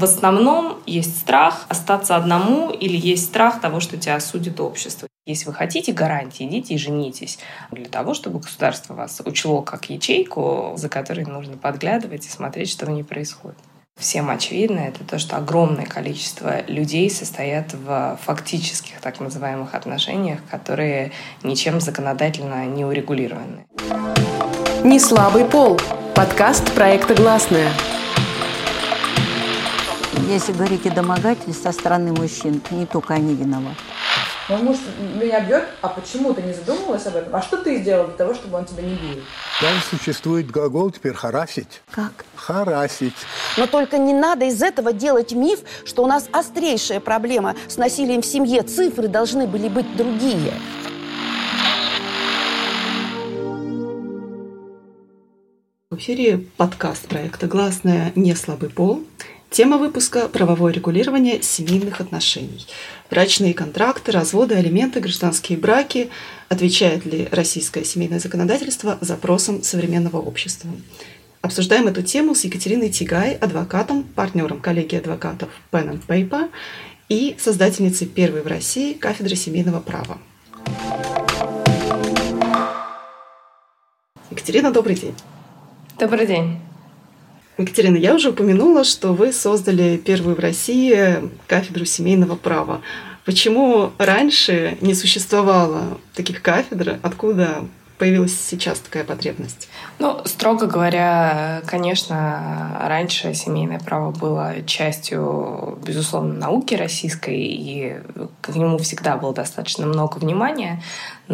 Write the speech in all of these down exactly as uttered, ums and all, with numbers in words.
В основном есть страх остаться одному или есть страх того, что тебя осудит общество. Если вы хотите гарантии, идите и женитесь. Для того, чтобы государство вас учло как ячейку, за которой нужно подглядывать и смотреть, что в ней происходит. Всем очевидно, это то, что огромное количество людей состоят в фактических так называемых отношениях, которые ничем законодательно не урегулированы. «Неслабый пол» – подкаст проекта «Гласная». Если говорить о домогательстве со стороны мужчин, то не только они виноваты. Мой муж меня бьет, а почему ты не задумывалась об этом? А что ты сделал для того, чтобы он тебя не бил? Там существует глагол теперь «харасить». Как? Харасить. Но только не надо из этого делать миф, что у нас острейшая проблема с насилием в семье. Цифры должны были быть другие. В эфире подкаст проекта «Гласная. Неслабый пол». Тема выпуска – правовое регулирование семейных отношений. Брачные контракты, разводы, алименты, гражданские браки. Отвечает ли российское семейное законодательство запросам современного общества? Обсуждаем эту тему с Екатериной Тигай, адвокатом, партнером коллегии адвокатов Pen and Paper и создательницей первой в России кафедры семейного права. Екатерина, добрый день. Добрый день. Екатерина, я уже упомянула, что вы создали первую в России кафедру семейного права. Почему раньше не существовало таких кафедр? Откуда появилась сейчас такая потребность? Ну, строго говоря, конечно, раньше семейное право было частью, безусловно, науки российской, и к нему всегда было достаточно много внимания,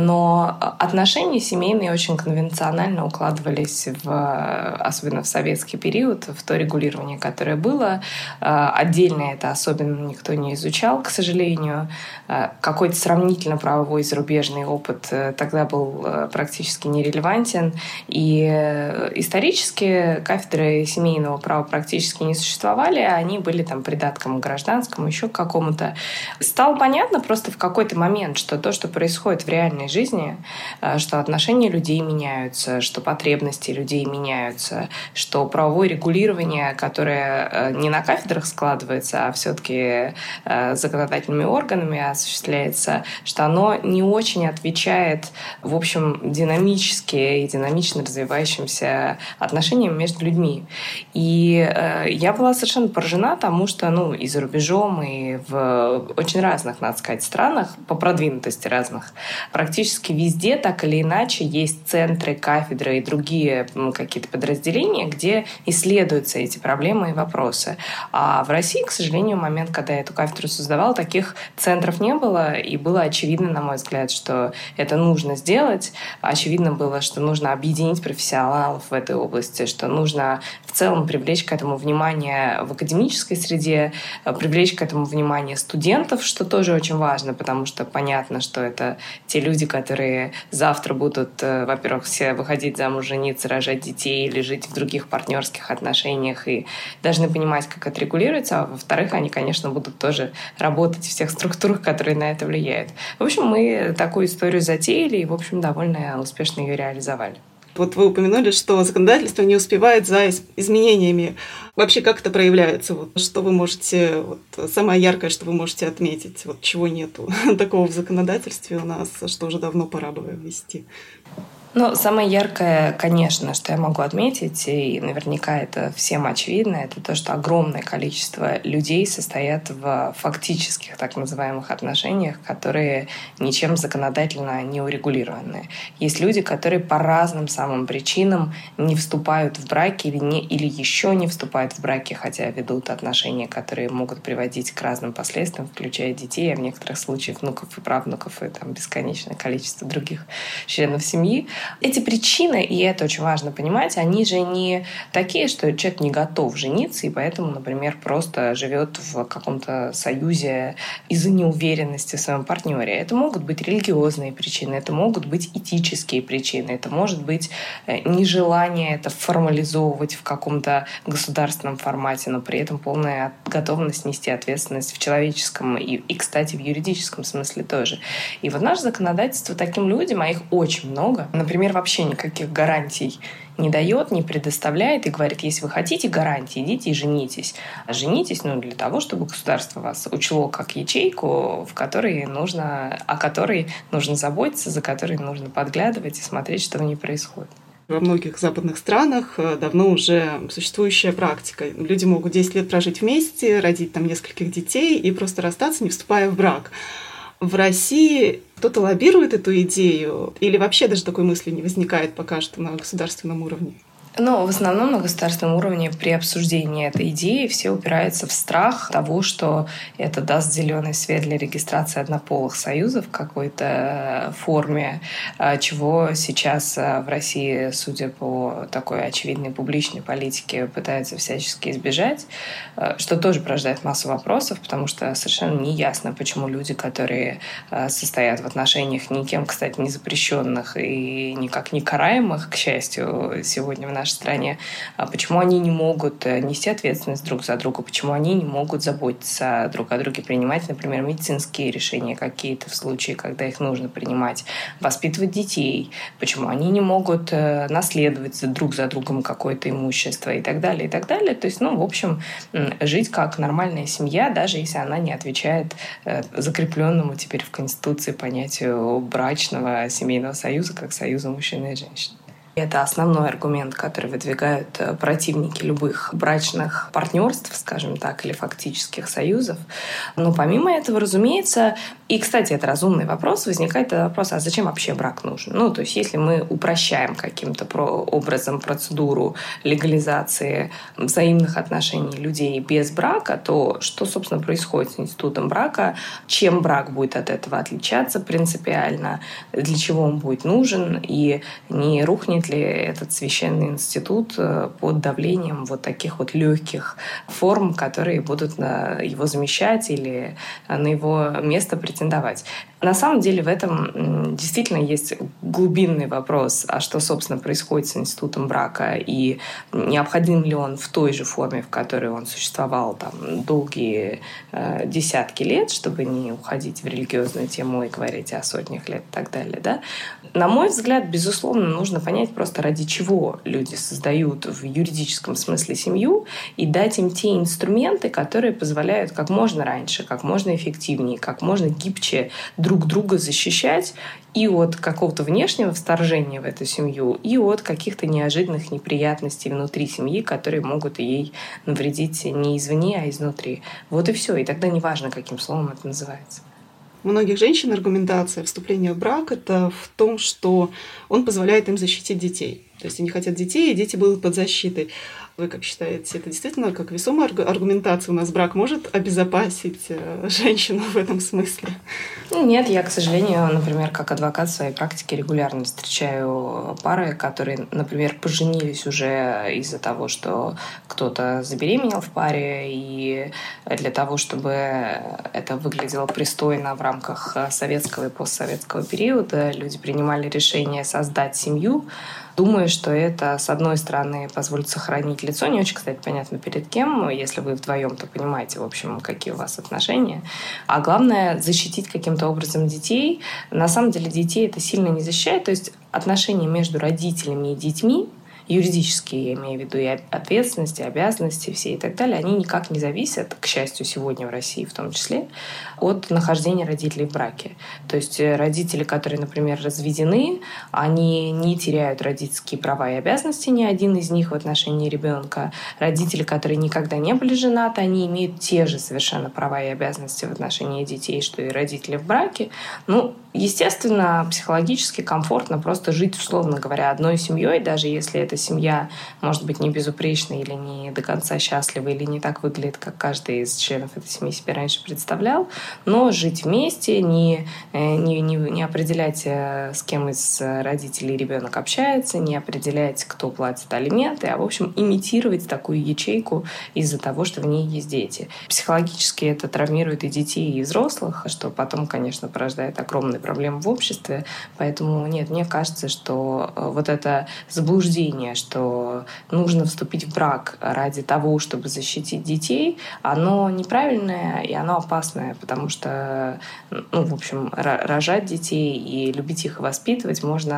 но отношения семейные очень конвенционально укладывались, в, особенно в советский период, в то регулирование, которое было. Отдельно это особенно никто не изучал, к сожалению. Какой-то сравнительно правовой зарубежный опыт тогда был практически нерелевантен. И исторически кафедры семейного права практически не существовали, они были там придатком к гражданскому, еще к какому-то. Стало понятно просто в какой-то момент, что то, что происходит в реальной жизни, что отношения людей меняются, что потребности людей меняются, что правовое регулирование, которое не на кафедрах складывается, а все-таки законодательными органами осуществляется, что оно не очень отвечает, в общем, динамически и динамично развивающимся отношениям между людьми. И я была совершенно поражена тому, что ну, и за рубежом, и в очень разных, надо сказать, странах, по продвинутости разных, практически везде так или иначе есть центры, кафедры и другие какие-то подразделения, где исследуются эти проблемы и вопросы. А в России, к сожалению, в момент, когда я эту кафедру создавала, таких центров не было, и было очевидно, на мой взгляд, что это нужно сделать. Очевидно было, что нужно объединить профессионалов в этой области, что нужно в целом привлечь к этому внимание в академической среде, привлечь к этому внимание студентов, что тоже очень важно, потому что понятно, что это те люди, которые завтра будут, во-первых, все выходить замуж, жениться, рожать детей или жить в других партнерских отношениях и должны понимать, как это регулируется, а во-вторых, они, конечно, будут тоже работать в всех структурах, которые на это влияют. В общем, мы такую историю затеяли и, в общем, довольно успешно ее реализовали. Вот вы упомянули, что законодательство не успевает за изменениями. Вообще, как это проявляется? Вот, что вы можете, вот, самое яркое, что вы можете отметить, вот, чего нету такого в законодательстве у нас, что уже давно пора бы ввести? Ну, самое яркое, конечно, что я могу отметить, и наверняка это всем очевидно, это то, что огромное количество людей состоят в фактических так называемых отношениях, которые ничем законодательно не урегулированы. Есть люди, которые по разным самым причинам не вступают в браки или, не, или еще не вступают в браки, хотя ведут отношения, которые могут приводить к разным последствиям, включая детей, а в некоторых случаях внуков и правнуков, и там бесконечное количество других членов семьи. Эти причины, и это очень важно понимать, они же не такие, что человек не готов жениться, и поэтому, например, просто живет в каком-то союзе из-за неуверенности в своем партнере. Это могут быть религиозные причины, это могут быть этические причины, это может быть нежелание это формализовывать в каком-то государственном формате, но при этом полная готовность нести ответственность в человеческом и, и, кстати, в юридическом смысле тоже. И вот наше законодательство таким людям, а их очень много, например, например, вообще никаких гарантий не дает, не предоставляет и говорит, если вы хотите гарантии, идите и женитесь. А женитесь, ну, для того, чтобы государство вас учло как ячейку, в которой нужно, о которой нужно заботиться, за которой нужно подглядывать и смотреть, что в ней происходит. Во многих западных странах давно уже существующая практика. Люди могут десять лет прожить вместе, родить там нескольких детей и просто расстаться, не вступая в брак. В России кто-то лоббирует эту идею или вообще даже такой мысли не возникает пока что на государственном уровне? Но в основном на государственном уровне при обсуждении этой идеи все упираются в страх того, что это даст зеленый свет для регистрации однополых союзов в какой-то форме, чего сейчас в России, судя по такой очевидной публичной политике, пытаются всячески избежать, что тоже порождает массу вопросов, потому что совершенно неясно, почему люди, которые состоят в отношениях никем, кстати, не запрещенных и никак не караемых, к счастью, сегодня в нашей стране, почему они не могут нести ответственность друг за друга, почему они не могут заботиться друг о друге, принимать, например, медицинские решения какие-то в случае, когда их нужно принимать, воспитывать детей, почему они не могут наследовать друг за другом какое-то имущество и так далее, и так далее. То есть, ну, в общем, жить как нормальная семья, даже если она не отвечает закрепленному теперь в Конституции понятию брачного семейного союза как союза мужчины и женщины. Это основной аргумент, который выдвигают противники любых брачных партнерств, скажем так, или фактических союзов. Но помимо этого, разумеется, и, кстати, это разумный вопрос, возникает вопрос, а зачем вообще брак нужен? Ну, то есть, если мы упрощаем каким-то образом процедуру легализации взаимных отношений людей без брака, то что, собственно, происходит с институтом брака? Чем брак будет от этого отличаться принципиально? Для чего он будет нужен? И не рухнет ли этот священный институт под давлением вот таких вот легких форм, которые будут его замещать или на его место претендовать? На самом деле в этом действительно есть глубинный вопрос, а что, собственно, происходит с институтом брака и необходим ли он в той же форме, в которой он существовал там долгие э, десятки лет, чтобы не уходить в религиозную тему и говорить о сотнях лет и так далее. Да? На мой взгляд, безусловно, нужно понять просто, ради чего люди создают в юридическом смысле семью и дать им те инструменты, которые позволяют как можно раньше, как можно эффективнее, как можно гибче друг друга защищать и от какого-то внешнего вторжения в эту семью, и от каких-то неожиданных неприятностей внутри семьи, которые могут ей навредить не извне, а изнутри. Вот и все. И тогда неважно, каким словом это называется. У многих женщин аргументация вступления в брак – это в том, что он позволяет им защитить детей. То есть они хотят детей, и дети будут под защитой. Вы как считаете, это действительно как весомая аргументация? У нас брак может обезопасить женщину в этом смысле? Нет, я, к сожалению, например, как адвокат в своей практике регулярно встречаю пары, которые, например, поженились уже из-за того, что кто-то забеременел в паре, и для того, чтобы это выглядело пристойно в рамках советского и постсоветского периода, люди принимали решение создать семью, думаю, что это, с одной стороны, позволит сохранить лицо. Не очень, кстати, понятно, перед кем. Если вы вдвоем, то понимаете, в общем, какие у вас отношения. А главное, защитить каким-то образом детей. На самом деле детей это сильно не защищает. То есть отношения между родителями и детьми, юридические, я имею в виду, и ответственности, обязанности все и так далее, они никак не зависят, к счастью, сегодня в России в том числе, от нахождения родителей в браке. То есть родители, которые, например, разведены, они не теряют родительские права и обязанности, ни один из них в отношении ребенка. Родители, которые никогда не были женаты, они имеют те же совершенно права и обязанности в отношении детей, что и родители в браке. Ну, естественно, психологически комфортно просто жить, условно говоря, одной семьей, даже если эта семья может быть не безупречной или не до конца счастлива, или не так выглядит, как каждый из членов этой семьи себе раньше представлял, но жить вместе, не, не, не, не определять, с кем из родителей ребенок общается, не определять, кто платит алименты, а, в общем, имитировать такую ячейку из-за того, что в ней есть дети. Психологически это травмирует и детей, и взрослых, что потом, конечно, порождает огромные проблемы в обществе. Поэтому нет, мне кажется, что вот это заблуждение, что нужно вступить в брак ради того, чтобы защитить детей, оно неправильное и оно опасное, потому что, ну, в общем, рожать детей и любить их и воспитывать можно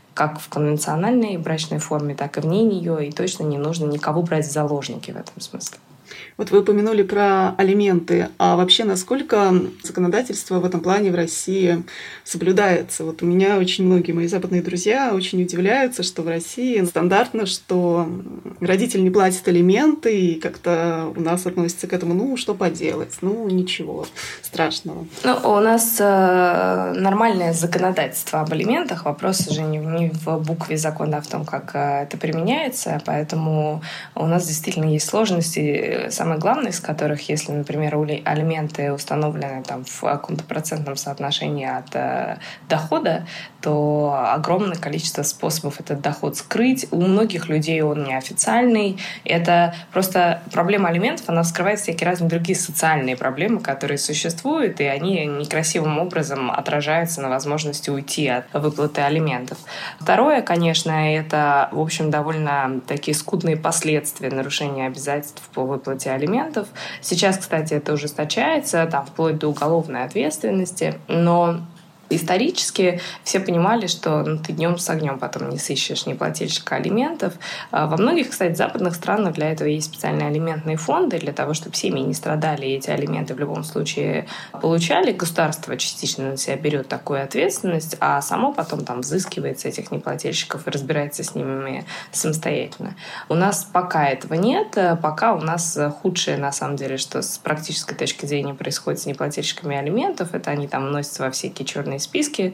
как в конвенциональной брачной форме, так и вне нее, и точно не нужно никого брать в заложники в этом смысле. Вот вы упомянули про алименты, а вообще насколько законодательство в этом плане в России соблюдается? Вот у меня очень многие мои западные друзья очень удивляются, что в России стандартно, что родитель не платит алименты, и как-то у нас относятся к этому, ну, что поделать, ну, ничего страшного. Ну, у нас э, нормальное законодательство об алиментах, вопрос уже не, не в букве закона, а в том, как э, это применяется, поэтому у нас действительно есть сложности. Самое главное из которых, если, например, алименты установлены там, в каком-то процентном соотношении от э, дохода, то огромное количество способов этот доход скрыть. У многих людей он неофициальный. Это просто проблема алиментов, она вскрывает всякие разные другие социальные проблемы, которые существуют, и они некрасивым образом отражаются на возможности уйти от выплаты алиментов. Второе, конечно, это, в общем, довольно такие скудные последствия нарушения обязательств по выплате алиментов. Сейчас, кстати, это ужесточается, там, вплоть до уголовной ответственности, но исторически все понимали, что ну, ты днем с огнем потом не сыщешь неплательщика алиментов. Во многих, кстати, западных странах для этого есть специальные алиментные фонды, для того, чтобы семьи не страдали, и эти алименты в любом случае получали. Государство частично на себя берет такую ответственность, а само потом там взыскивает с этих неплательщиков и разбирается с ними самостоятельно. У нас пока этого нет, пока у нас худшее, на самом деле, что с практической точки зрения происходит с неплательщиками алиментов, это они там носятся во всякие черные списки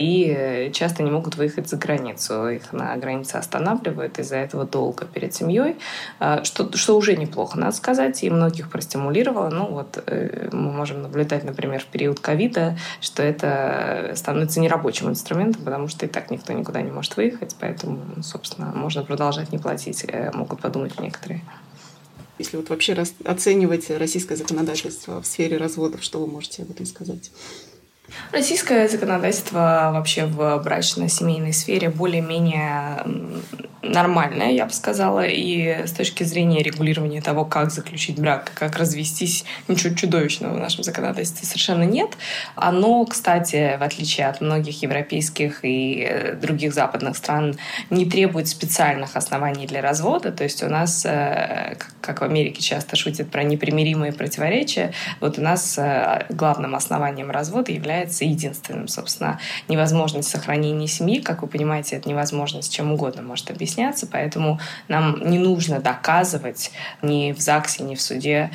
и часто не могут выехать за границу. Их на границе останавливают из-за этого долга перед семьей, что, что уже неплохо, надо сказать, и многих простимулировало. Ну вот мы можем наблюдать, например, в период ковида, что это становится нерабочим инструментом, потому что и так никто никуда не может выехать, поэтому, собственно, можно продолжать не платить, могут подумать некоторые. Если вот вообще оценивать российское законодательство в сфере разводов, что вы можете об этом сказать? Российское законодательство вообще в брачно-семейной сфере более-менее нормальное, я бы сказала, и с точки зрения регулирования того, как заключить брак, как развестись, ничего чудовищного в нашем законодательстве совершенно нет. Оно, кстати, в отличие от многих европейских и других западных стран, не требует специальных оснований для развода, то есть у нас, как в Америке часто шутят про непримиримые противоречия, вот у нас главным основанием развода является единственным, собственно, невозможность сохранения семьи. Как вы понимаете, эта невозможность чем угодно может объясняться, поэтому нам не нужно доказывать ни в ЗАГСе, ни в суде,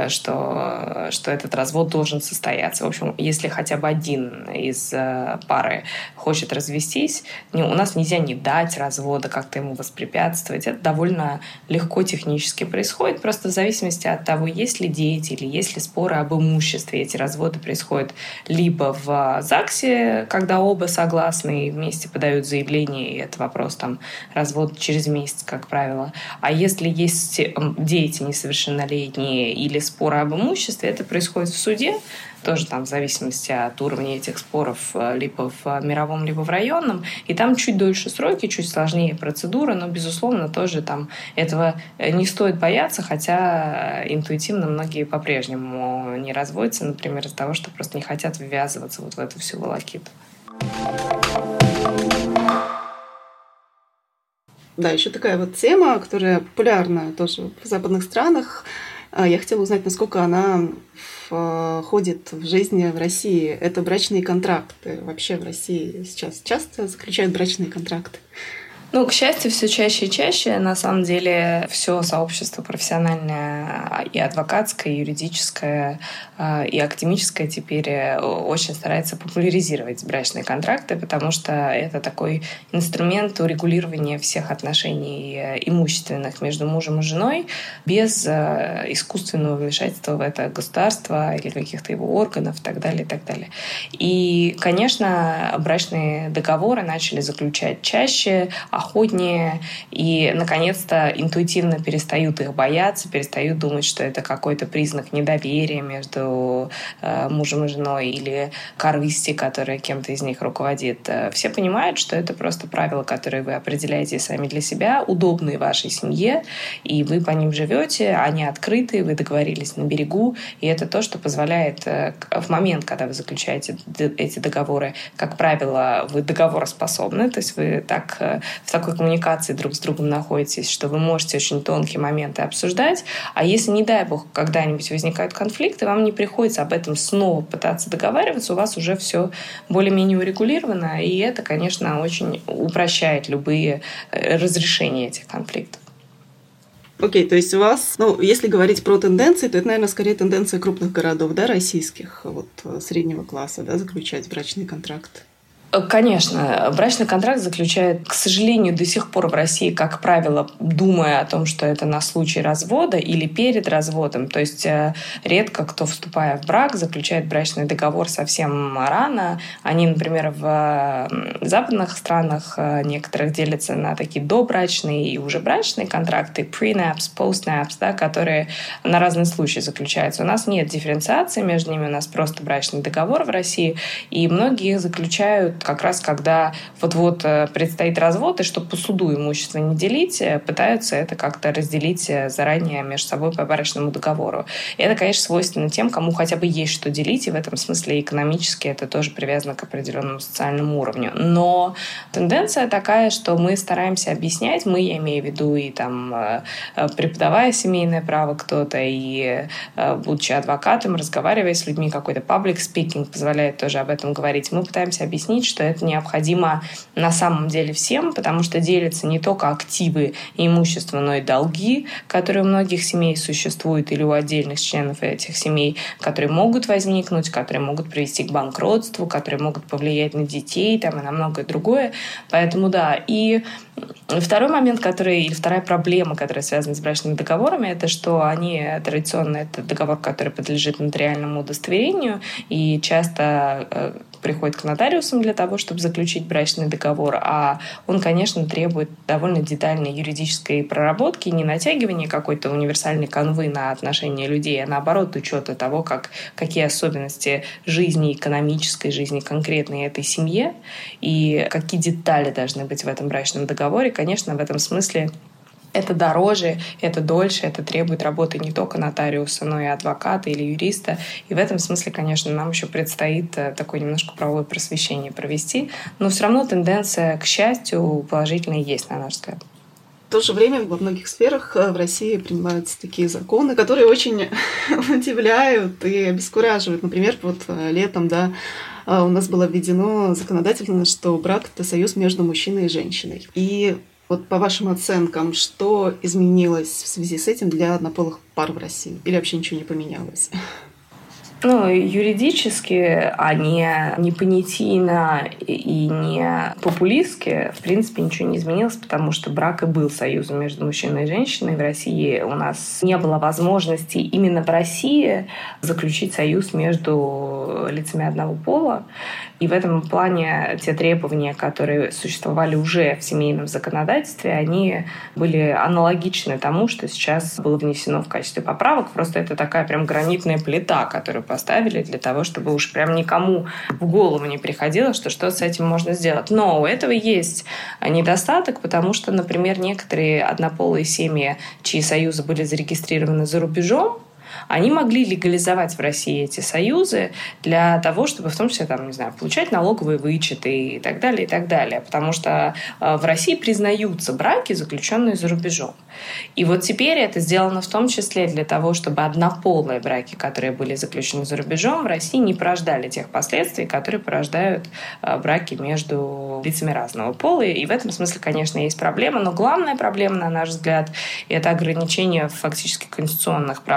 что, что этот развод должен состояться. В общем, если хотя бы один из пары хочет развестись, у нас нельзя не дать развода, как-то ему воспрепятствовать. Это довольно легко технически происходит, просто в зависимости от того, есть ли дети или есть ли споры об имуществе. Эти разводы происходят либо в ЗАГСе, когда оба согласны и вместе подают заявление, и это вопрос там развода через месяц, как правило. А если есть дети несовершеннолетние или споры об имуществе, это происходит в суде, тоже там в зависимости от уровня этих споров либо в мировом, либо в районном. И там чуть дольше сроки, чуть сложнее процедура, но, безусловно, тоже там этого не стоит бояться, хотя интуитивно многие по-прежнему не разводятся, например, из-за того, что просто не хотят ввязываться вот в эту всю волокиту. Да, еще такая вот тема, которая популярна тоже в западных странах. Я хотела узнать, насколько она входит в жизнь в России. Это брачные контракты. Вообще в России сейчас часто заключают брачные контракты? Ну, к счастью, все чаще и чаще. На самом деле, все сообщество профессиональное и адвокатское, и юридическое, и академическое теперь очень старается популяризировать брачные контракты, потому что это такой инструмент урегулирования всех отношений имущественных между мужем и женой без искусственного вмешательства в это государство или каких-то его органов и так далее, и так далее. И, конечно, брачные договоры начали заключать чаще, свободнее и, наконец-то, интуитивно перестают их бояться, перестают думать, что это какой-то признак недоверия между э, мужем и женой или корысти, которая кем-то из них руководит. Все понимают, что это просто правила, которые вы определяете сами для себя, удобные вашей семье, и вы по ним живете, они открыты, вы договорились на берегу, и это то, что позволяет в момент, когда вы заключаете эти договоры, как правило, вы договороспособны, то есть вы так, в такой коммуникации друг с другом находитесь, что вы можете очень тонкие моменты обсуждать, а если, не дай бог, когда-нибудь возникают конфликты, вам не приходится об этом снова пытаться договариваться, у вас уже все более-менее урегулировано, и это, конечно, очень упрощает любые разрешения этих конфликтов. Окей, okay, то есть у вас, ну, если говорить про тенденции, то это, наверное, скорее тенденция крупных городов, да, российских, вот среднего класса, да, заключать брачный контракт. Конечно, брачный контракт заключает, к сожалению, до сих пор в России, как правило, думая о том, что это на случай развода или перед разводом. То есть редко кто, вступая в брак, заключает брачный договор совсем рано. Они, например, в западных странах некоторых делятся на такие добрачные и уже брачные контракты, pre-naps, post-naps, да, которые на разные случаи заключаются. У нас нет дифференциации между ними, у нас просто брачный договор в России, и многие их заключают как раз когда вот-вот предстоит развод, и чтобы по суду имущество не делить, пытаются это как-то разделить заранее между собой по брачному договору. И это, конечно, свойственно тем, кому хотя бы есть что делить, и в этом смысле экономически это тоже привязано к определенному социальному уровню. Но тенденция такая, что мы стараемся объяснять, мы, я имею в виду и там преподавая семейное право кто-то, и будучи адвокатом, разговаривая с людьми, какой-то public speaking позволяет тоже об этом говорить, мы пытаемся объяснить, что это необходимо на самом деле всем, потому что делятся не только активы и имущество, но и долги, которые у многих семей существуют или у отдельных членов этих семей, которые могут возникнуть, которые могут привести к банкротству, которые могут повлиять на детей там, и на многое другое. Поэтому да. И второй момент, который, или вторая проблема, которая связана с брачными договорами, это что они традиционно, это договор, который подлежит нотариальному удостоверению, и часто э, приходит к нотариусам для того, чтобы заключить брачный договор, а он, конечно, требует довольно детальной юридической проработки, не натягивания какой-то универсальной канвы на отношения людей, а наоборот учета того, как, какие особенности жизни, экономической жизни конкретной этой семье и какие детали должны быть в этом брачном договоре. Конечно, в этом смысле это дороже, это дольше, это требует работы не только нотариуса, но и адвоката или юриста. И в этом смысле, конечно, нам еще предстоит такое немножко правовое просвещение провести. Но все равно тенденция, к счастью, положительная есть, на наш взгляд. В то же время во многих сферах в России принимаются такие законы, которые очень удивляют и обескураживают. Например, вот летом, да, у нас было введено законодательно, что брак — это союз между мужчиной и женщиной. И вот по вашим оценкам, что изменилось в связи с этим для однополых пар в России? Или вообще ничего не поменялось? Ну, юридически, а не, не понятийно и не популистски, в принципе, ничего не изменилось, потому что брак и был союзом между мужчиной и женщиной. В России у нас не было возможности именно в России заключить союз между лицами одного пола. И в этом плане те требования, которые существовали уже в семейном законодательстве, они были аналогичны тому, что сейчас было внесено в качестве поправок. Просто это такая прям гранитная плита, которую поставили для того, чтобы уж прям никому в голову не приходило, что что с этим можно сделать. Но у этого есть недостаток, потому что, например, некоторые однополые семьи, чьи союзы были зарегистрированы за рубежом, они могли легализовать в России эти союзы для того, чтобы в том числе, там, не знаю, получать налоговые вычеты и так далее, и так далее. Потому что в России признаются браки, заключенные за рубежом. И вот теперь это сделано в том числе для того, чтобы однополые браки, которые были заключены за рубежом, в России не порождали тех последствий, которые порождают браки между лицами разного пола. И в этом смысле, конечно, есть проблема. Но главная проблема, на наш взгляд, это ограничение фактически конституционных прав этих людей.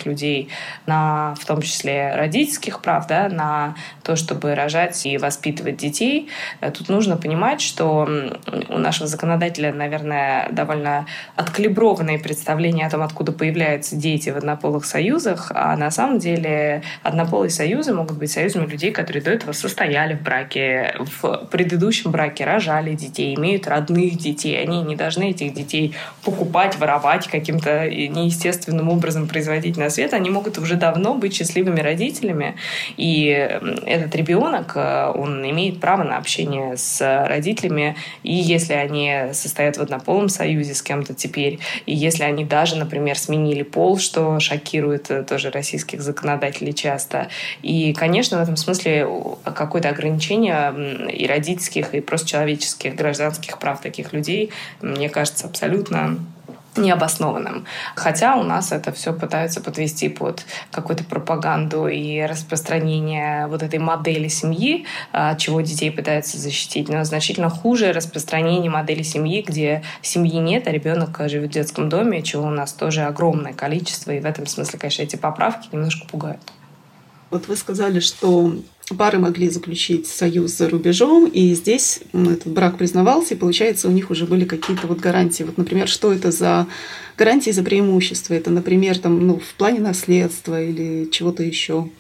людей на, в том числе, родительских прав, да, на то, чтобы рожать и воспитывать детей. Тут нужно понимать, что у нашего законодателя, наверное, довольно откалиброванные представления о том, откуда появляются дети в однополых союзах, а на самом деле однополые союзы могут быть союзами людей, которые до этого состояли в браке, в предыдущем браке рожали детей, имеют родных детей. Они не должны этих детей покупать, воровать, каким-то неестественным образом производить на свет. Они могут уже давно быть счастливыми родителями. И этот ребенок, он имеет право на общение с родителями, и если они состоят в однополом союзе с кем-то теперь, и если они даже, например, сменили пол, что шокирует тоже российских законодателей часто. И, конечно, в этом смысле какое-то ограничение и родительских, и просто человеческих, гражданских прав таких людей, мне кажется, абсолютно необоснованным. Хотя у нас это все пытаются подвести под какую-то пропаганду и распространение вот этой модели семьи, от чего детей пытаются защитить. Но значительно хуже распространение модели семьи, где семьи нет, а ребенок живет в детском доме, чего у нас тоже огромное количество. И в этом смысле, конечно, эти поправки немножко пугают. Вот вы сказали, что пары могли заключить союз за рубежом, и здесь этот брак признавался, и, получается, у них уже были какие-то вот гарантии. Вот, например, что это за гарантии за преимущество? Это, например, там, ну, в плане наследства или чего-то еще?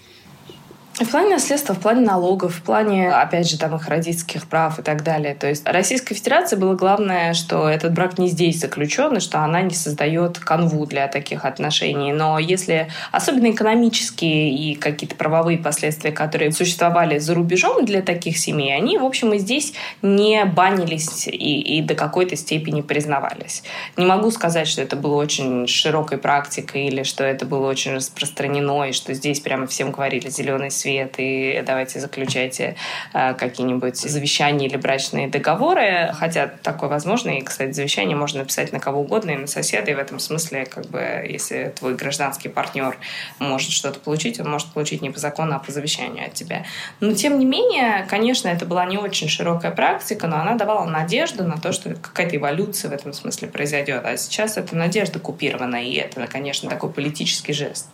В плане наследства, в плане налогов, в плане, опять же, там их родительских прав и так далее. То есть Российской Федерации было главное, что этот брак не здесь заключен, и что она не создает канву для таких отношений. Но если особенно экономические и какие-то правовые последствия, которые существовали за рубежом для таких семей, они, в общем, и здесь не банились и, и до какой-то степени признавались. Не могу сказать, что это было очень широкой практикой или что это было очень распространено, и что здесь прямо всем говорили «зеленый свет», и давайте заключайте э, какие-нибудь завещания или брачные договоры. Хотя такое возможно. И, кстати, завещание можно написать на кого угодно, и на соседа. И в этом смысле, как бы, если твой гражданский партнер может что-то получить, он может получить не по закону, а по завещанию от тебя. Но, тем не менее, конечно, это была не очень широкая практика, но она давала надежду на то, что какая-то эволюция в этом смысле произойдет. А сейчас эта надежда купирована, и это, конечно, такой политический жест.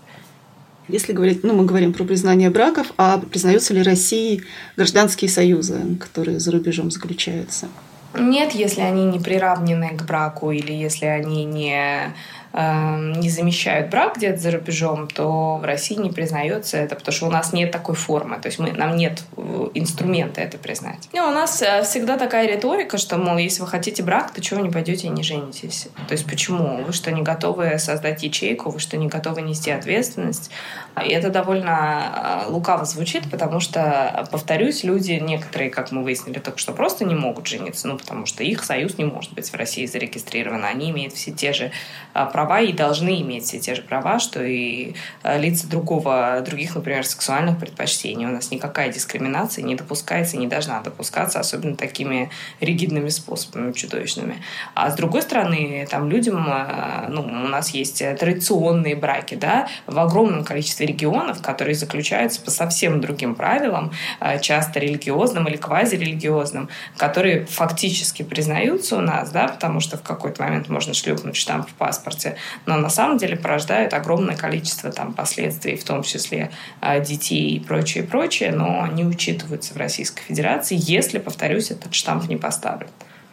Если говорить, ну, мы говорим про признание браков, а признаются ли России гражданские союзы, которые за рубежом заключаются? Нет, если они не приравнены к браку или если они не, э, не замещают брак где-то за рубежом, то в России не признается это, потому что у нас нет такой формы, то есть мы, нам нет инструмента это признать. И у нас всегда такая риторика, что, мол, если вы хотите брак, то чего вы не пойдете и не женитесь? То есть почему? Вы что, не готовы создать ячейку? Вы что, не готовы нести ответственность? И это довольно лукаво звучит, потому что, повторюсь, люди некоторые, как мы выяснили только что, просто не могут жениться, ну, потому что их союз не может быть в России зарегистрирован. Они имеют все те же права и должны иметь все те же права, что и лица другого, других, например, сексуальных предпочтений. У нас никакая дискриминация не допускается и не должна допускаться, особенно такими ригидными способами, чудовищными. А с другой стороны, там людям, ну, у нас есть традиционные браки, да, в огромном количестве регионов, которые заключаются по совсем другим правилам, часто религиозным или квазирелигиозным, которые фактически признаются у нас, да, потому что в какой-то момент можно шлюпнуть штамп в паспорте, но на самом деле порождают огромное количество там последствий, в том числе детей и прочее, прочее, но не учитываются в Российской Федерации, если, повторюсь, этот штамп не поставлен.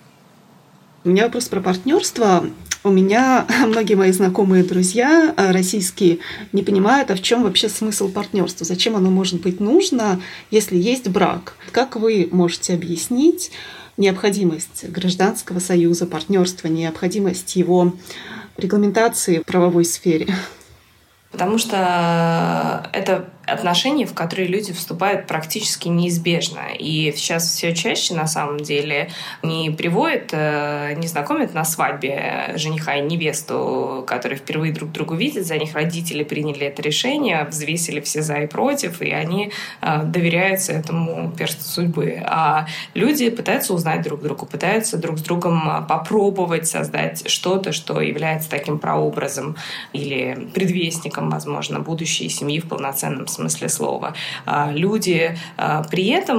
У меня вопрос про партнерство. У меня многие мои знакомые друзья российские не понимают, а в чем вообще смысл партнерства, зачем оно может быть нужно, если есть брак. Как вы можете объяснить необходимость гражданского союза, партнерства, необходимость его регламентации в правовой сфере? Потому что это отношения, в которые люди вступают практически неизбежно. И сейчас все чаще, на самом деле, не приводят, не знакомят на свадьбе жениха и невесту, которые впервые друг друга видят. За них родители приняли это решение, взвесили все за и против, и они доверяются этому персту судьбы. А люди пытаются узнать друг друга, пытаются друг с другом попробовать создать что-то, что является таким прообразом или предвестником, возможно, будущей семьи в полноценном смысле слова. Люди при этом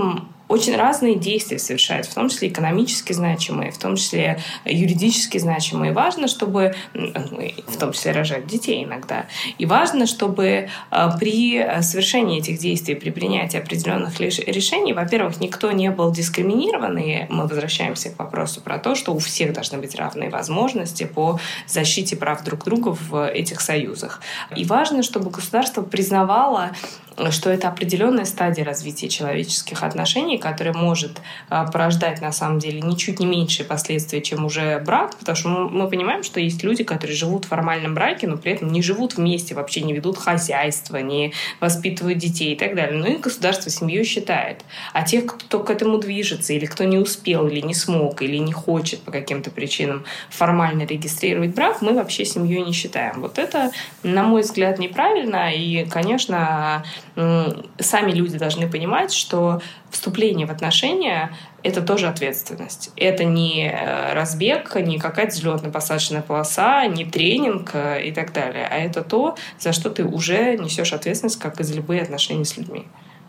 очень разные действия совершают, в том числе экономически значимые, в том числе юридически значимые. Важно, чтобы, в том числе рожать детей иногда, и важно, чтобы при совершении этих действий, при принятии определенных решений, во-первых, никто не был дискриминирован, и мы возвращаемся к вопросу про то, что у всех должны быть равные возможности по защите прав друг друга в этих союзах. И важно, чтобы государство признавало, что это определенная стадия развития человеческих отношений, которая может порождать, на самом деле, ничуть не меньшие последствия, чем уже брак, потому что мы, мы понимаем, что есть люди, которые живут в формальном браке, но при этом не живут вместе, вообще не ведут хозяйство, не воспитывают детей и так далее. Но их государство семьей считает. А тех, кто к этому движется, или кто не успел, или не смог, или не хочет по каким-то причинам формально регистрировать брак, мы вообще семьей не считаем. Вот это, на мой взгляд, неправильно. И, конечно, сами люди должны понимать, что вступление в отношения — это тоже ответственность. Это не разбег, не какая-то взлетно-посадочная полоса, не тренинг и так далее, а это то, за что ты уже несешь ответственность, как и за любые отношения с людьми.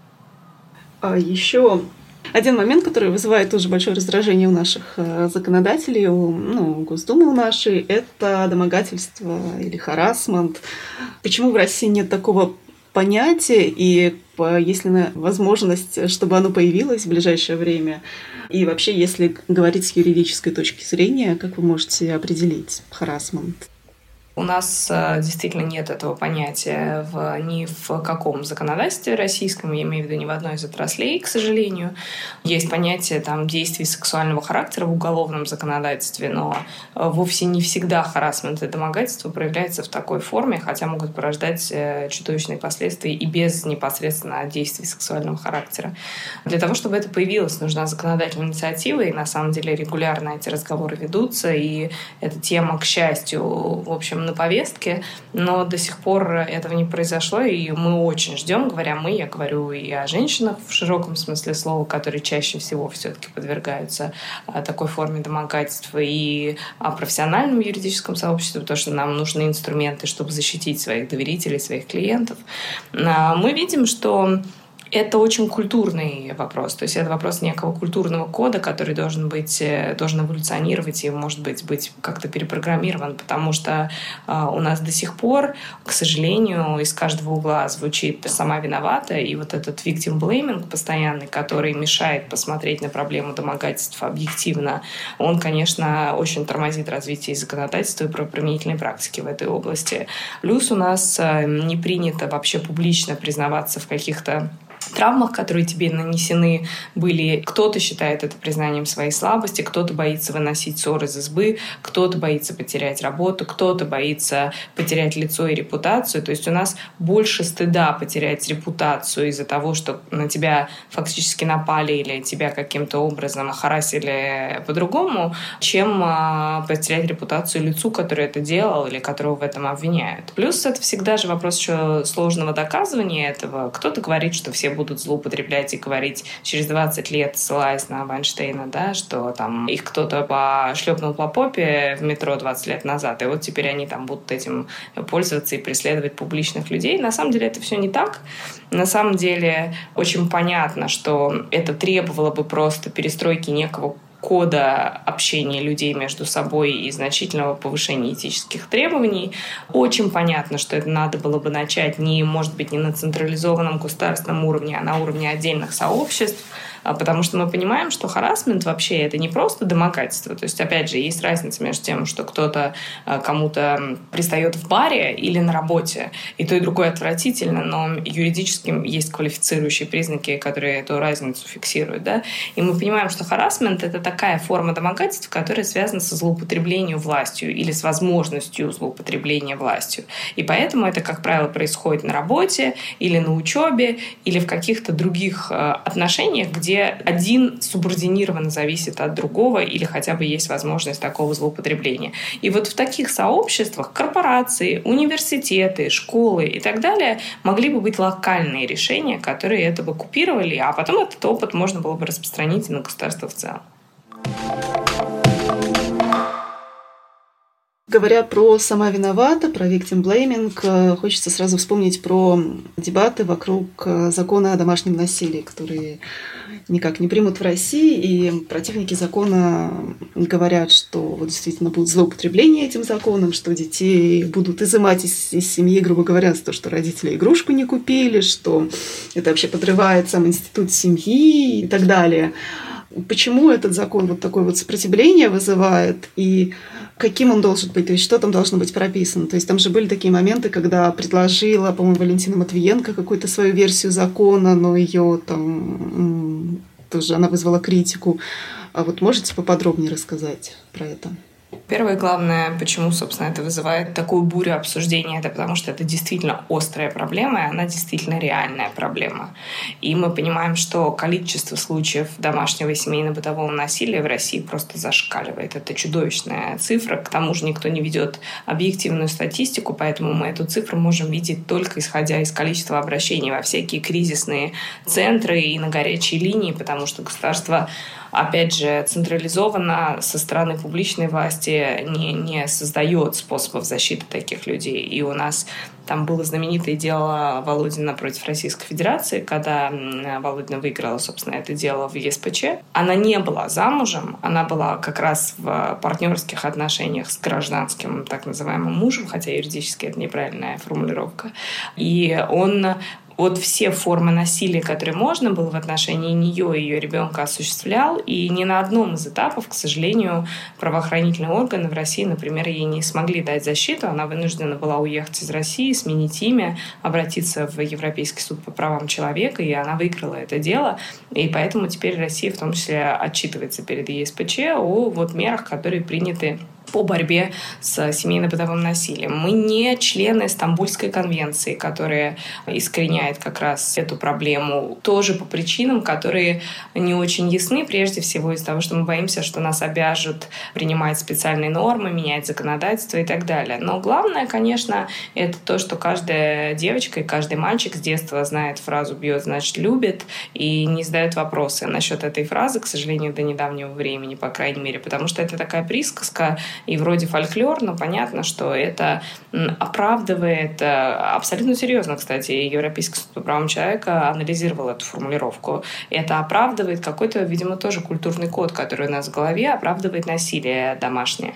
А еще один момент, который вызывает тоже большое раздражение у наших законодателей, у ну, Госдумы у нашей, это домогательство или харассмент. Почему в России нет такого понятие, и есть ли возможность, чтобы оно появилось в ближайшее время? И вообще, если говорить с юридической точки зрения, как вы можете определить харассмент? У нас э, действительно нет этого понятия в, ни в каком законодательстве российском, я имею в виду ни в одной из отраслей, к сожалению. Есть понятие там, действий сексуального характера в уголовном законодательстве, но э, вовсе не всегда харассмент и домогательство проявляется в такой форме, хотя могут порождать э, чудовищные последствия и без непосредственно действий сексуального характера. Для того, чтобы это появилось, нужна законодательная инициатива, и на самом деле регулярно эти разговоры ведутся, и эта тема, к счастью, в общем, на повестке, но до сих пор этого не произошло, и мы очень ждем, говоря мы, я говорю и о женщинах в широком смысле слова, которые чаще всего все-таки подвергаются такой форме домогательства, и о профессиональном юридическом сообществе, потому что нам нужны инструменты, чтобы защитить своих доверителей, своих клиентов. Мы видим, что это очень культурный вопрос. То есть это вопрос некого культурного кода, который должен быть, должен эволюционировать и, может быть, быть как-то перепрограммирован, потому что э, у нас до сих пор, к сожалению, из каждого угла звучит «сама виновата», и вот этот victim blaming постоянный, который мешает посмотреть на проблему домогательства объективно, он, конечно, очень тормозит развитие законодательства и правоприменительной практики в этой области. Плюс у нас не принято вообще публично признаваться в каких-то травмах, которые тебе нанесены были. Кто-то считает это признанием своей слабости, кто-то боится выносить ссор из избы, кто-то боится потерять работу, кто-то боится потерять лицо и репутацию. То есть у нас больше стыда потерять репутацию из-за того, что на тебя фактически напали или тебя каким-то образом охарасили по-другому, чем потерять репутацию лицу, который это делал или которого в этом обвиняют. Плюс это всегда же вопрос еще сложного доказывания этого. Кто-то говорит, что все будут злоупотреблять и говорить через двадцать лет, ссылаясь на Вайнштейна, да, что там их кто-то пошлепнул по попе в метро двадцать лет назад, и вот теперь они там будут этим пользоваться и преследовать публичных людей. На самом деле это все не так. На самом деле очень понятно, что это требовало бы просто перестройки некого кода общения людей между собой и значительного повышения этических требований. Очень понятно, что это надо было бы начать не, может быть, не на централизованном государственном уровне, а на уровне отдельных сообществ, потому что мы понимаем, что харассмент вообще это не просто домогательство. То есть, опять же, есть разница между тем, что кто-то кому-то пристает в баре или на работе, и то, и другое отвратительно, но юридически есть квалифицирующие признаки, которые эту разницу фиксируют. Да? И мы понимаем, что харассмент — это такая форма домогательства, которая связана со злоупотреблением властью или с возможностью злоупотребления властью. И поэтому это, как правило, происходит на работе или на учебе, или в каких-то других отношениях, где один субординированно зависит от другого или хотя бы есть возможность такого злоупотребления. И вот в таких сообществах корпорации, университеты, школы и так далее могли бы быть локальные решения, которые это бы купировали, а потом этот опыт можно было бы распространить и на государство в целом. Говоря про «сама виновата», про victim blaming, хочется сразу вспомнить про дебаты вокруг закона о домашнем насилии, который никак не примут в России, и противники закона говорят, что вот действительно будет злоупотребление этим законом, что детей будут изымать из, из семьи, грубо говоря, за то, что родители игрушку не купили, что это вообще подрывает сам институт семьи и так далее. Почему этот закон вот такое вот сопротивление вызывает, и каким он должен быть, то есть что там должно быть прописано? То есть там же были такие моменты, когда предложила, по-моему, Валентина Матвиенко какую-то свою версию закона, но ее там тоже она вызвала критику. А вот можете поподробнее рассказать про это? Первое главное, почему, собственно, это вызывает такую бурю обсуждения, это потому что это действительно острая проблема, и она действительно реальная проблема. И мы понимаем, что количество случаев домашнего и семейно-бытового насилия в России просто зашкаливает. Это чудовищная цифра. К тому же никто не ведет объективную статистику, поэтому мы эту цифру можем видеть только исходя из количества обращений во всякие кризисные центры и на горячие линии, потому что государство, опять же, централизованно со стороны публичной власти не, не создает способов защиты таких людей. И у нас там было знаменитое дело Володина против Российской Федерации, когда Володина выиграла, собственно, это дело в ЕСПЧ. Она не была замужем, она была как раз в партнерских отношениях с гражданским так называемым мужем, хотя юридически это неправильная формулировка. И он... Вот все формы насилия, которые можно было в отношении нее и ее ребенка, осуществлял, и ни на одном из этапов, к сожалению, правоохранительные органы в России, например, ей не смогли дать защиту. Она вынуждена была уехать из России, сменить имя, обратиться в Европейский суд по правам человека, и она выиграла это дело. И поэтому теперь Россия в том числе отчитывается перед ЕСПЧ о вот мерах, которые приняты по борьбе с семейно-бытовым насилием. Мы не члены Стамбульской конвенции, которая искореняет как раз эту проблему, тоже по причинам, которые не очень ясны, прежде всего из-за того, что мы боимся, что нас обяжут принимать специальные нормы, менять законодательство и так далее. Но главное, конечно, это то, что каждая девочка и каждый мальчик с детства знает фразу «бьет, значит, любит» и не задает вопросы насчет этой фразы, к сожалению, до недавнего времени, по крайней мере, потому что это такая присказка, и вроде фольклор, но понятно, что это оправдывает, абсолютно серьезно, кстати, Европейский суд по правам человека анализировал эту формулировку. Это оправдывает какой-то, видимо, тоже культурный код, который у нас в голове, оправдывает насилие домашнее.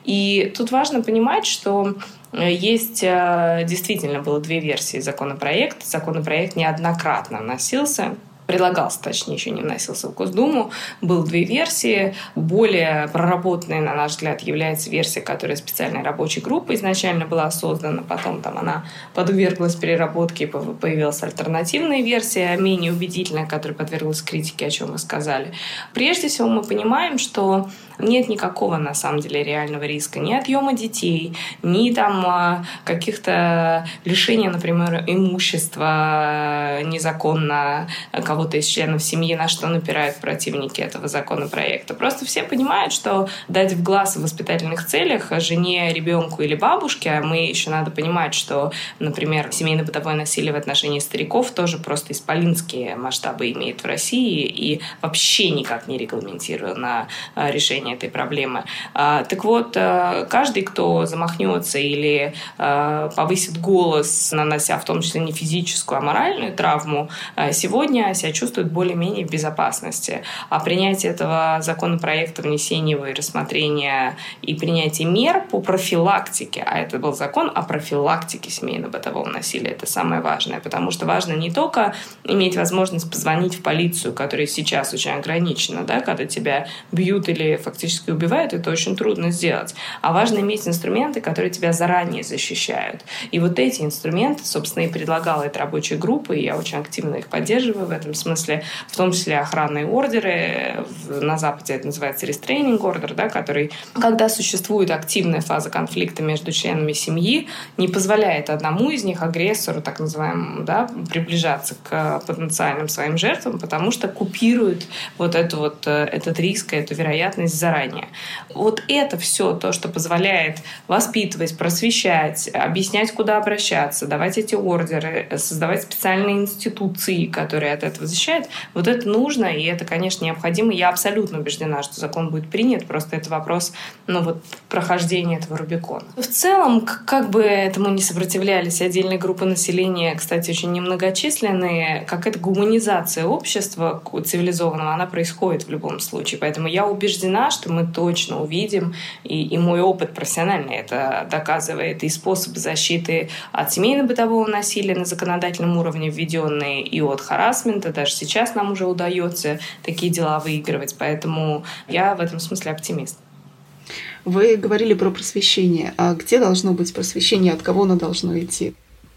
И тут важно понимать, что есть, действительно, было две версии законопроекта. Законопроект неоднократно вносился, предлагался, точнее, еще не вносился в Госдуму. Было две версии. Более проработанной, на наш взгляд, является версия, которая специальной рабочей группой изначально была создана. Потом там она подверглась переработке, и появилась альтернативная версия, менее убедительная, которая подверглась критике, о чем мы сказали. Прежде всего, мы понимаем, что нет никакого, на самом деле, реального риска ни отъема детей, ни там каких-то лишения, например, имущества незаконно кого-то из членов семьи, на что напирают противники этого законопроекта. Просто все понимают, что дать в глаз в воспитательных целях жене, ребенку или бабушке, а мы еще надо понимать, что, например, семейно-бытовое насилие в отношении стариков тоже просто исполинские масштабы имеет в России и вообще никак не регламентировано решение этой проблемы. Так вот, каждый, кто замахнется или повысит голос, нанося в том числе не физическую, а моральную травму, сегодня себя чувствует более-менее в безопасности. А принятие этого законопроекта, внесение его и рассмотрение и принятие мер по профилактике, а это был закон о профилактике семейно-бытового насилия, это самое важное, потому что важно не только иметь возможность позвонить в полицию, которая сейчас очень ограничена, да, когда тебя бьют или фактически убивают, это очень трудно сделать. А важно иметь инструменты, которые тебя заранее защищают. И вот эти инструменты, собственно, и предлагала эта рабочая группа, и я очень активно их поддерживаю в этом смысле, в том числе охранные ордеры. На Западе это называется restraining order, да, который, когда существует активная фаза конфликта между членами семьи, не позволяет одному из них, агрессору, так называемому, да, приближаться к потенциальным своим жертвам, потому что купирует вот, эту вот этот риск, эту вероятность заранее. Вот это все то, что позволяет воспитывать, просвещать, объяснять, куда обращаться, давать эти ордеры, создавать специальные институции, которые от этого защищают. Вот это нужно, и это, конечно, необходимо. Я абсолютно убеждена, что закон будет принят, просто это вопрос, ну, вот, прохождения этого Рубикона. В целом, как бы этому не сопротивлялись отдельные группы населения, кстати, очень немногочисленные, какая-то гуманизация общества цивилизованного, она происходит в любом случае. Поэтому я убеждена, что мы точно увидим, и, и мой опыт профессиональный это доказывает, и способы защиты от семейно-бытового насилия на законодательном уровне введенные, и от харассмента. Даже сейчас нам уже удается такие дела выигрывать. Поэтому я в этом смысле оптимист. Вы говорили про просвещение. А где должно быть просвещение? От кого оно должно идти?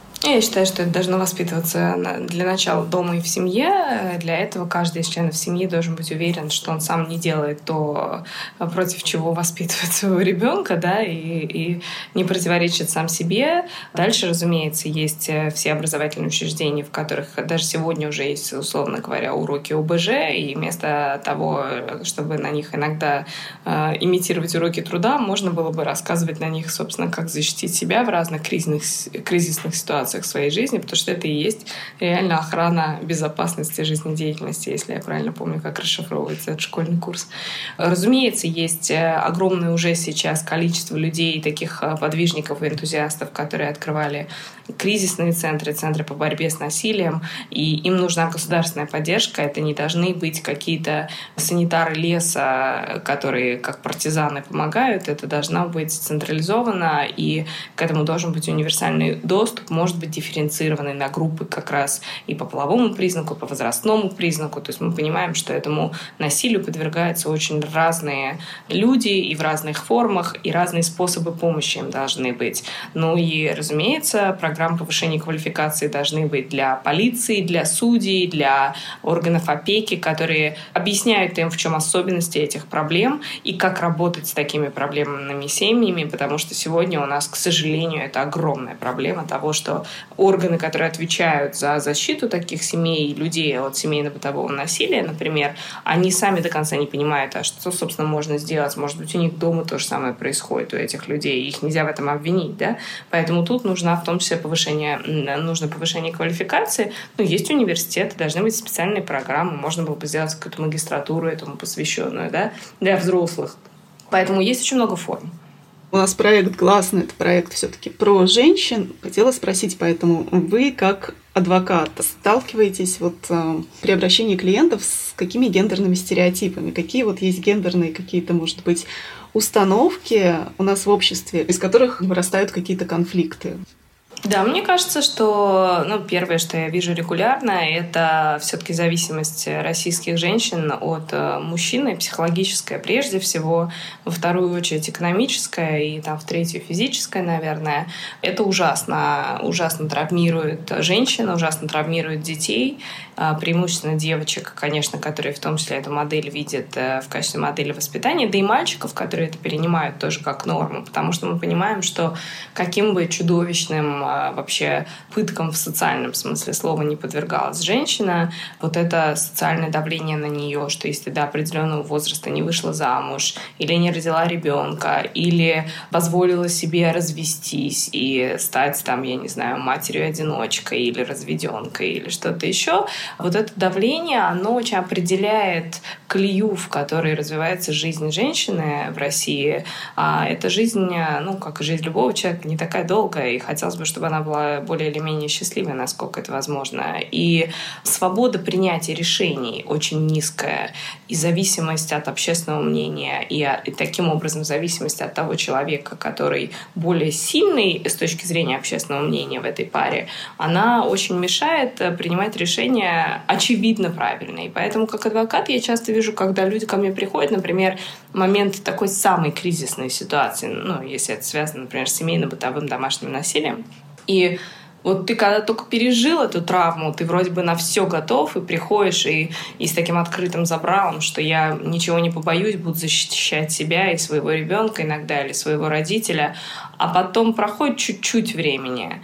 Я считаю, что это должно воспитываться для начала дома и в семье. Для этого каждый из членов семьи должен быть уверен, что он сам не делает то, против чего воспитывает своего ребенка, да, и, и не противоречит сам себе. Дальше, разумеется, есть все образовательные учреждения, в которых даже сегодня уже есть, условно говоря, уроки о бэ жэ, и вместо того, чтобы на них иногда э, имитировать уроки труда, можно было бы рассказывать на них, собственно, как защитить себя в разных кризисных, кризисных ситуациях в своей жизни, потому что это и есть реально охрана безопасности жизнедеятельности, если я правильно помню, как расшифровывается этот школьный курс. Разумеется, есть огромное уже сейчас количество людей, таких подвижников и энтузиастов, которые открывали кризисные центры, центры по борьбе с насилием, и им нужна государственная поддержка. Это не должны быть какие-то санитары леса, которые как партизаны помогают. Это должно быть централизовано, и к этому должен быть универсальный доступ, может быть дифференцированный на группы как раз и по половому признаку, и по возрастному признаку. То есть мы понимаем, что этому насилию подвергаются очень разные люди и в разных формах, и разные способы помощи им должны быть. Ну и, разумеется, программы повышения квалификации должны быть для полиции, для судей, для органов опеки, которые объясняют им, в чем особенности этих проблем и как работать с такими проблемными семьями, потому что сегодня у нас, к сожалению, это огромная проблема того, что органы, которые отвечают за защиту таких семей и людей от семейно-бытового насилия, например, они сами до конца не понимают, а что, собственно, можно сделать. Может быть, у них дома то же самое происходит у этих людей, их нельзя в этом обвинить, да? Поэтому тут нужна в том числе повышение, нужно повышение квалификации. Ну, есть университеты, должны быть специальные программы, можно было бы сделать какую-то магистратуру этому посвященную, да, для взрослых. Поэтому есть очень много форм. У нас проект «Гласный» — это проект все-таки про женщин. Хотела спросить, поэтому вы, как адвокат, сталкиваетесь вот э, при обращении клиентов с какими гендерными стереотипами? Какие вот есть гендерные какие-то, может быть, установки у нас в обществе, из которых вырастают какие-то конфликты? Да, мне кажется, что ну, первое, что я вижу регулярно, это все-таки зависимость российских женщин от мужчины, психологическая прежде всего, во вторую очередь экономическая и там в третью физическая, наверное. Это ужасно, ужасно травмирует женщин, ужасно травмирует детей, преимущественно девочек, конечно, которые в том числе эту модель видят в качестве модели воспитания, да и мальчиков, которые это перенимают тоже как норму, потому что мы понимаем, что каким бы чудовищным вообще пыткам в социальном смысле слова не подвергалась женщина, вот это социальное давление на нее, что если до определенного возраста не вышла замуж, или не родила ребенка, или позволила себе развестись и стать там, я не знаю, матерью-одиночкой или разведенкой или что-то еще, вот это давление, оно очень определяет колею, в которой развивается жизнь женщины в России. А эта жизнь, ну, как и жизнь любого человека, не такая долгая, и хотелось бы, чтобы она была более или менее счастливой, насколько это возможно. И свобода принятия решений очень низкая, и зависимость от общественного мнения, и, и таким образом зависимость от того человека, который более сильный с точки зрения общественного мнения в этой паре, она очень мешает принимать решения очевидно правильные. И поэтому как адвокат я часто вижу, когда люди ко мне приходят, например, в момент такой самой кризисной ситуации, ну, если это связано, например, с семейно-бытовым домашним насилием, и вот ты когда только пережил эту травму, ты вроде бы на все готов, и приходишь и, и с таким открытым забралом, что я ничего не побоюсь, буду защищать себя и своего ребенка иногда, или своего родителя, а потом проходит чуть-чуть времени,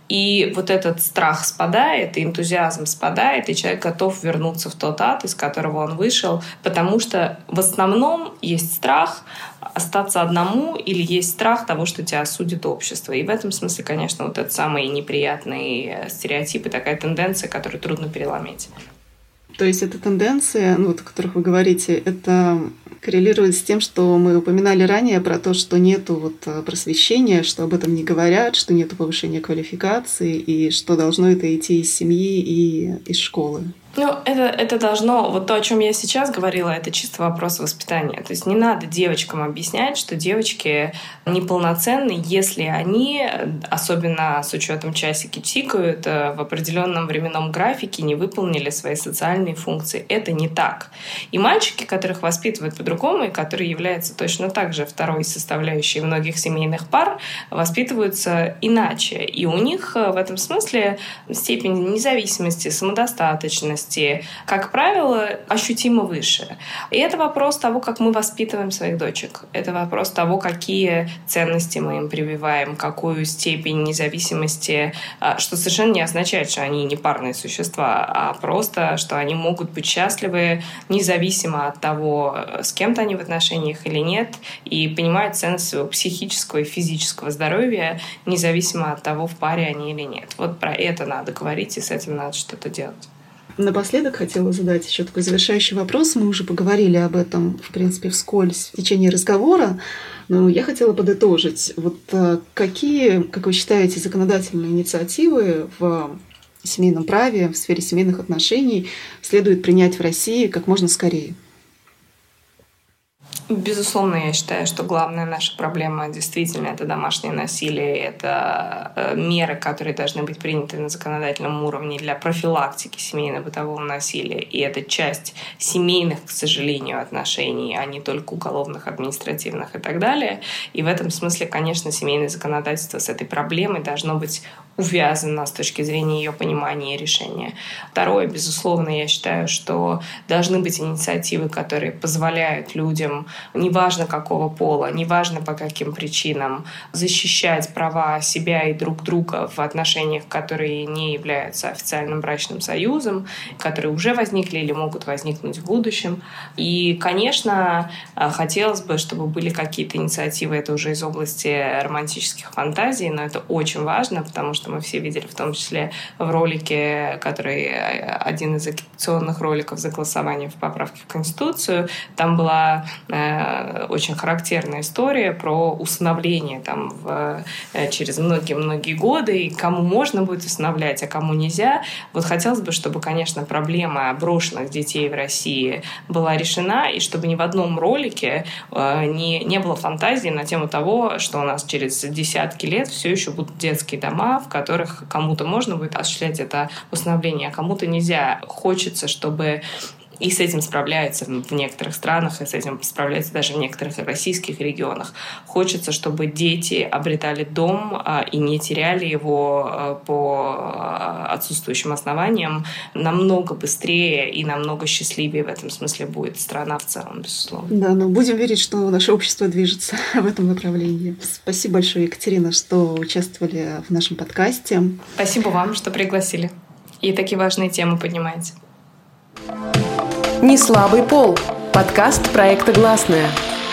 И вот этот страх спадает, и энтузиазм спадает, и человек готов вернуться в тот ад, из которого он вышел, потому что в основном есть страх остаться одному или есть страх того, что тебя осудит общество. И в этом смысле, конечно, вот это самый неприятный стереотип и такая тенденция, которую трудно переломить. То есть эта тенденция, ну, вот, о которых вы говорите, это коррелирует с тем, что мы упоминали ранее про то, что нету вот просвещения, что об этом не говорят, что нету повышения квалификации и что должно это идти из семьи и из школы. Ну, это, это должно... Вот то, о чем я сейчас говорила, это чисто вопрос воспитания. То есть не надо девочкам объяснять, что девочки неполноценны, если они, особенно с учетом часики тикают, в определенном временном графике не выполнили свои социальные функции. Это не так. И мальчики, которых воспитывают по-другому, и которые являются точно так же второй составляющей многих семейных пар, воспитываются иначе. И у них в этом смысле степень независимости, самодостаточности, как правило, ощутимо выше. И это вопрос того, как мы воспитываем своих дочек. Это вопрос того, какие ценности мы им прививаем, какую степень независимости, что совершенно не означает, что они не парные существа, а просто, что они могут быть счастливы независимо от того, с кем-то они в отношениях или нет, и понимают ценность своего психического и физического здоровья, независимо от того, в паре они или нет. Вот про это надо говорить, и с этим надо что-то делать. Напоследок хотела задать еще такой завершающий вопрос. Мы уже поговорили об этом, в принципе, вскользь в течение разговора, но я хотела подытожить. Вот какие, как вы считаете, законодательные инициативы в семейном праве, в сфере семейных отношений следует принять в России как можно скорее? Безусловно, я считаю, что главная наша проблема действительно это домашнее насилие, это меры, которые должны быть приняты на законодательном уровне для профилактики семейно-бытового насилия. И это часть семейных, к сожалению, отношений, а не только уголовных, административных и так далее. И в этом смысле, конечно, семейное законодательство с этой проблемой должно быть увязано с точки зрения ее понимания и решения. Второе, безусловно, я считаю, что должны быть инициативы, которые позволяют людям, неважно какого пола, неважно по каким причинам, защищать права себя и друг друга в отношениях, которые не являются официальным брачным союзом, которые уже возникли или могут возникнуть в будущем. И, конечно, хотелось бы, чтобы были какие-то инициативы, это уже из области романтических фантазий, но это очень важно, потому что мы все видели, в том числе в ролике, который один из агитационных роликов за голосование в поправке в Конституцию, там была э, очень характерная история про усыновление там, в, э, через многие-многие годы, и кому можно будет усыновлять, а кому нельзя. Вот хотелось бы, чтобы, конечно, проблема брошенных детей в России была решена, и чтобы ни в одном ролике э, не, не было фантазии на тему того, что у нас через десятки лет все еще будут детские дома, в которых кому-то можно будет осуществлять это усыновление, а кому-то нельзя. Хочется, чтобы и с этим справляются в некоторых странах, и с этим справляются даже в некоторых российских регионах. Хочется, чтобы дети обретали дом и не теряли его по отсутствующим основаниям. Намного быстрее и намного счастливее в этом смысле будет страна в целом, безусловно. Да, но будем верить, что наше общество движется в этом направлении. Спасибо большое, Екатерина, что участвовали в нашем подкасте. Спасибо вам, что пригласили. И такие важные темы поднимаете. Не слабый пол. Подкаст проекта «Гласная».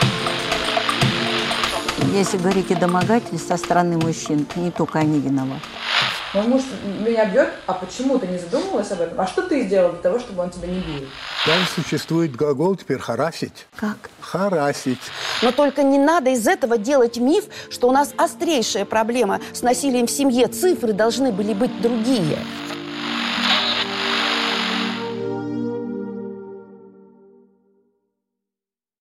Если говорить о домогательстве со стороны мужчин, не только они виноваты. Мой муж меня бьет, а почему ты не задумывалась об этом? А что ты сделал для того, чтобы он тебя не бил? Там существует глагол теперь «харасить». Как? Харасить. Но только не надо из этого делать миф, что у нас острейшая проблема с насилием в семье. Цифры должны были быть другие.